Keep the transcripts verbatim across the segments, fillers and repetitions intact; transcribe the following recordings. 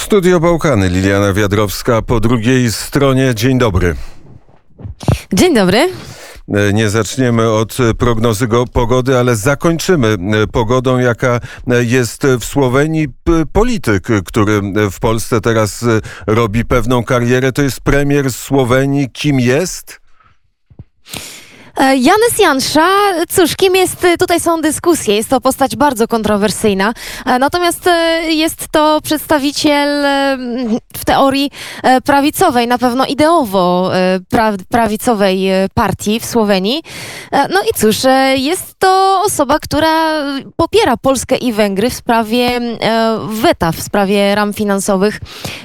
Studio Bałkany, Liliana Wiadrowska po drugiej stronie. Dzień dobry. Dzień dobry. Nie zaczniemy od prognozy pogody, ale zakończymy pogodą, jaka jest w Słowenii. Polityk, który w Polsce teraz robi pewną karierę, to jest premier Słowenii. Kim jest? Janez Janša, cóż, kim jest, tutaj są dyskusje, jest to postać bardzo kontrowersyjna, natomiast jest to przedstawiciel w teorii prawicowej, na pewno ideowo prawicowej partii w Słowenii. No i cóż, jest to osoba, która popiera Polskę i Węgry w sprawie weta, w sprawie ram finansowych,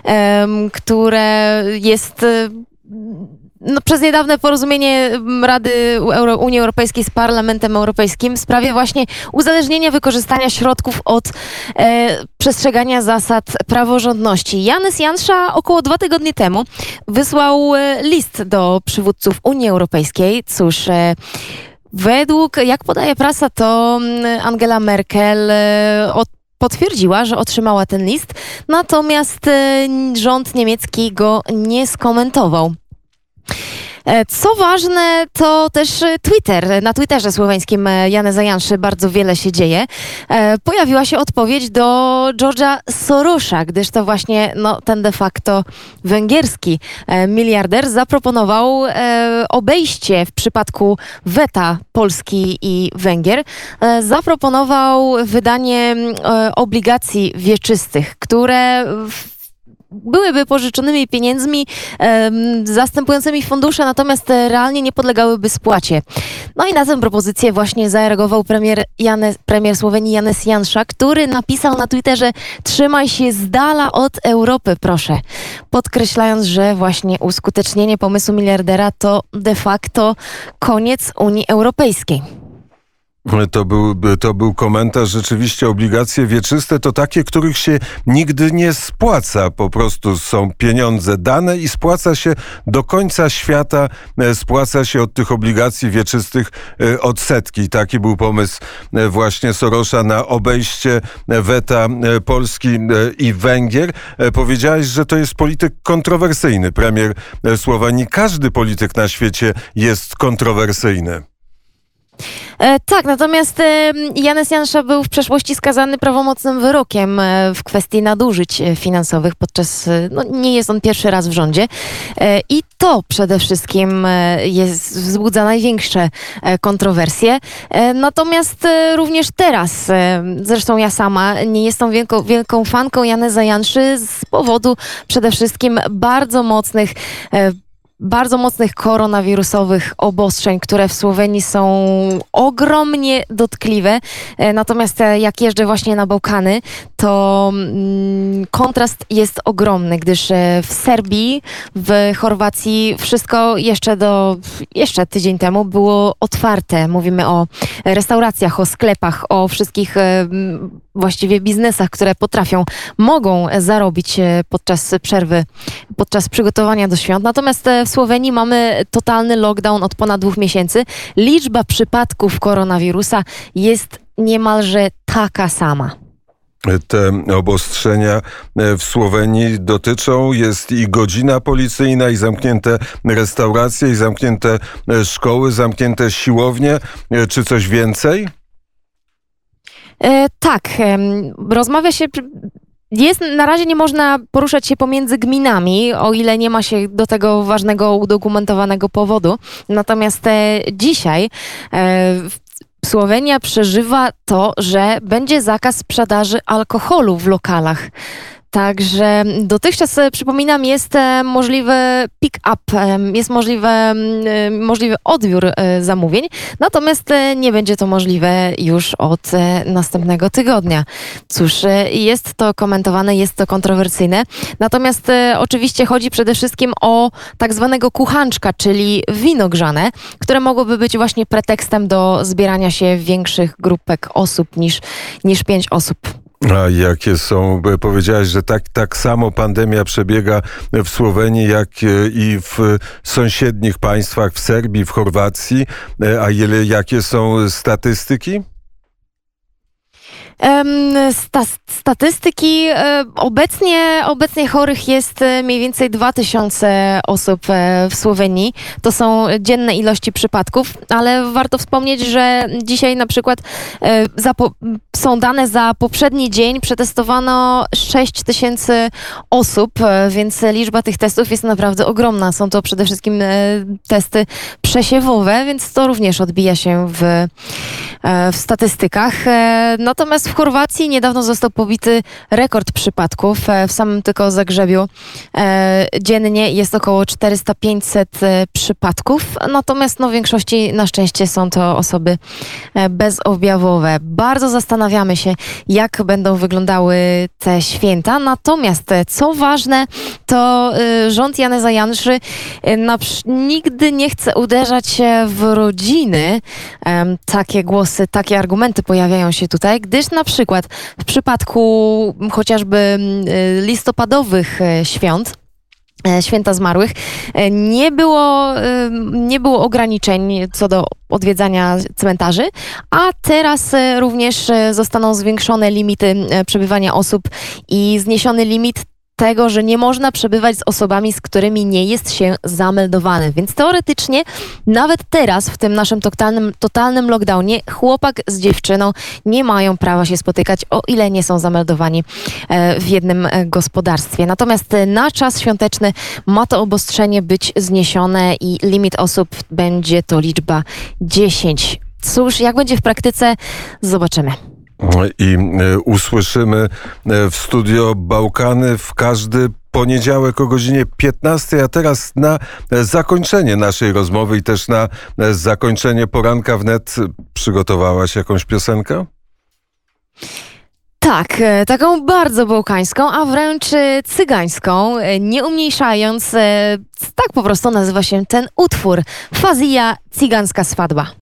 które jest... No, przez niedawne porozumienie Rady Euro- Unii Europejskiej z Parlamentem Europejskim w sprawie właśnie uzależnienia wykorzystania środków od e, przestrzegania zasad praworządności. Janez Janša około dwa tygodnie temu wysłał e, list do przywódców Unii Europejskiej. Cóż, e, według, jak podaje prasa, to Angela Merkel e, od potwierdziła, że otrzymała ten list, natomiast e, rząd niemiecki go nie skomentował. Co ważne, to też Twitter. Na Twitterze słoweńskim Janeza Janszy bardzo wiele się dzieje. Pojawiła się odpowiedź do George'a Sorosa, gdyż to właśnie no, ten de facto węgierski miliarder zaproponował obejście w przypadku weta Polski i Węgier. Zaproponował wydanie obligacji wieczystych, które w byłyby pożyczonymi pieniędzmi e, zastępującymi fundusze, natomiast realnie nie podlegałyby spłacie. No i na tę propozycję właśnie zareagował premier, Janez, premier Słowenii Janez Janša, który napisał na Twitterze: trzymaj się z dala od Europy, proszę. Podkreślając, że właśnie uskutecznienie pomysłu miliardera to de facto koniec Unii Europejskiej. To był, to był komentarz. Rzeczywiście obligacje wieczyste to takie, których się nigdy nie spłaca. Po prostu są pieniądze dane i spłaca się do końca świata, spłaca się od tych obligacji wieczystych odsetki. Taki był pomysł właśnie Sorosa na obejście weta Polski i Węgier. Powiedziałeś, że to jest polityk kontrowersyjny, premier Słowenii. Każdy polityk na świecie jest kontrowersyjny. E, tak, natomiast e, Janez Janša był w przeszłości skazany prawomocnym wyrokiem e, w kwestii nadużyć finansowych podczas, e, no nie jest on pierwszy raz w rządzie e, i to przede wszystkim e, jest, wzbudza największe e, kontrowersje. E, natomiast e, również teraz, e, zresztą ja sama nie jestem wielką, wielką fanką Janeza Janszy z powodu przede wszystkim bardzo mocnych e, bardzo mocnych koronawirusowych obostrzeń, które w Słowenii są ogromnie dotkliwe. Natomiast jak jeżdżę właśnie na Bałkany, to mm, kontrast jest ogromny, gdyż w Serbii, w Chorwacji wszystko jeszcze do, jeszcze tydzień temu było otwarte. Mówimy o restauracjach, o sklepach, o wszystkich mm, właściwie biznesach, które potrafią, mogą zarobić podczas przerwy, podczas przygotowania do świąt. Natomiast w Słowenii mamy totalny lockdown od ponad dwóch miesięcy. Liczba przypadków koronawirusa jest niemalże taka sama. Te obostrzenia w Słowenii dotyczą, jest i godzina policyjna, i zamknięte restauracje, i zamknięte szkoły, zamknięte siłownie. Czy coś więcej? E, tak, e, rozmawia się... Jest, na razie nie można poruszać się pomiędzy gminami, o ile nie ma się do tego ważnego, udokumentowanego powodu. Natomiast e, dzisiaj e, Słowenia przeżywa to, że będzie zakaz sprzedaży alkoholu w lokalach. Także dotychczas, przypominam, jest możliwy pick-up, jest możliwe, możliwy odbiór zamówień, natomiast nie będzie to możliwe już od następnego tygodnia. Cóż, jest to komentowane, jest to kontrowersyjne, natomiast oczywiście chodzi przede wszystkim o tak zwanego kuchanczka, czyli wino grzane, które mogłoby być właśnie pretekstem do zbierania się większych grupek osób niż, niż pięć osób. A jakie są, powiedziałaś, że tak, tak samo pandemia przebiega w Słowenii, jak i w sąsiednich państwach, w Serbii, w Chorwacji. A ile, jakie są statystyki? Em, sta, statystyki e, obecnie, obecnie chorych jest e, mniej więcej dwa tysiące osób e, w Słowenii. To są dzienne ilości przypadków, ale warto wspomnieć, że dzisiaj na przykład e, za po, są dane za poprzedni dzień, przetestowano sześć tysięcy osób, e, więc liczba tych testów jest naprawdę ogromna. Są to przede wszystkim e, testy przesiewowe, więc to również odbija się w, e, w statystykach. E, natomiast w Chorwacji niedawno został pobity rekord przypadków. E, w samym tylko Zagrzebiu e, dziennie jest około czterysta do pięciuset e, przypadków, natomiast no, w większości na szczęście są to osoby e, bezobjawowe. Bardzo zastanawiamy się, jak będą wyglądały te święta. Natomiast e, co ważne, to e, rząd Janeza Janszy e, na, nigdy nie chce uderzać się w rodziny. E, takie głosy, takie argumenty pojawiają się tutaj, gdyż na przykład w przypadku chociażby listopadowych świąt, Święta Zmarłych, nie było, nie było ograniczeń co do odwiedzania cmentarzy, a teraz również zostaną zwiększone limity przebywania osób i zniesiony limit tego, że nie można przebywać z osobami, z którymi nie jest się zameldowanym. Więc teoretycznie nawet teraz w tym naszym totalnym, totalnym lockdownie chłopak z dziewczyną nie mają prawa się spotykać, o ile nie są zameldowani w jednym gospodarstwie. Natomiast na czas świąteczny ma to obostrzenie być zniesione i limit osób będzie to liczba dziesięć. Cóż, jak będzie w praktyce, zobaczymy. I usłyszymy w studio Bałkany w każdy poniedziałek o godzinie piętnastej, a teraz na zakończenie naszej rozmowy i też na zakończenie poranka wnet przygotowałaś jakąś piosenkę? Tak, taką bardzo bałkańską, a wręcz cygańską, nie umniejszając, tak po prostu nazywa się ten utwór. Fazija, cygańska swadba.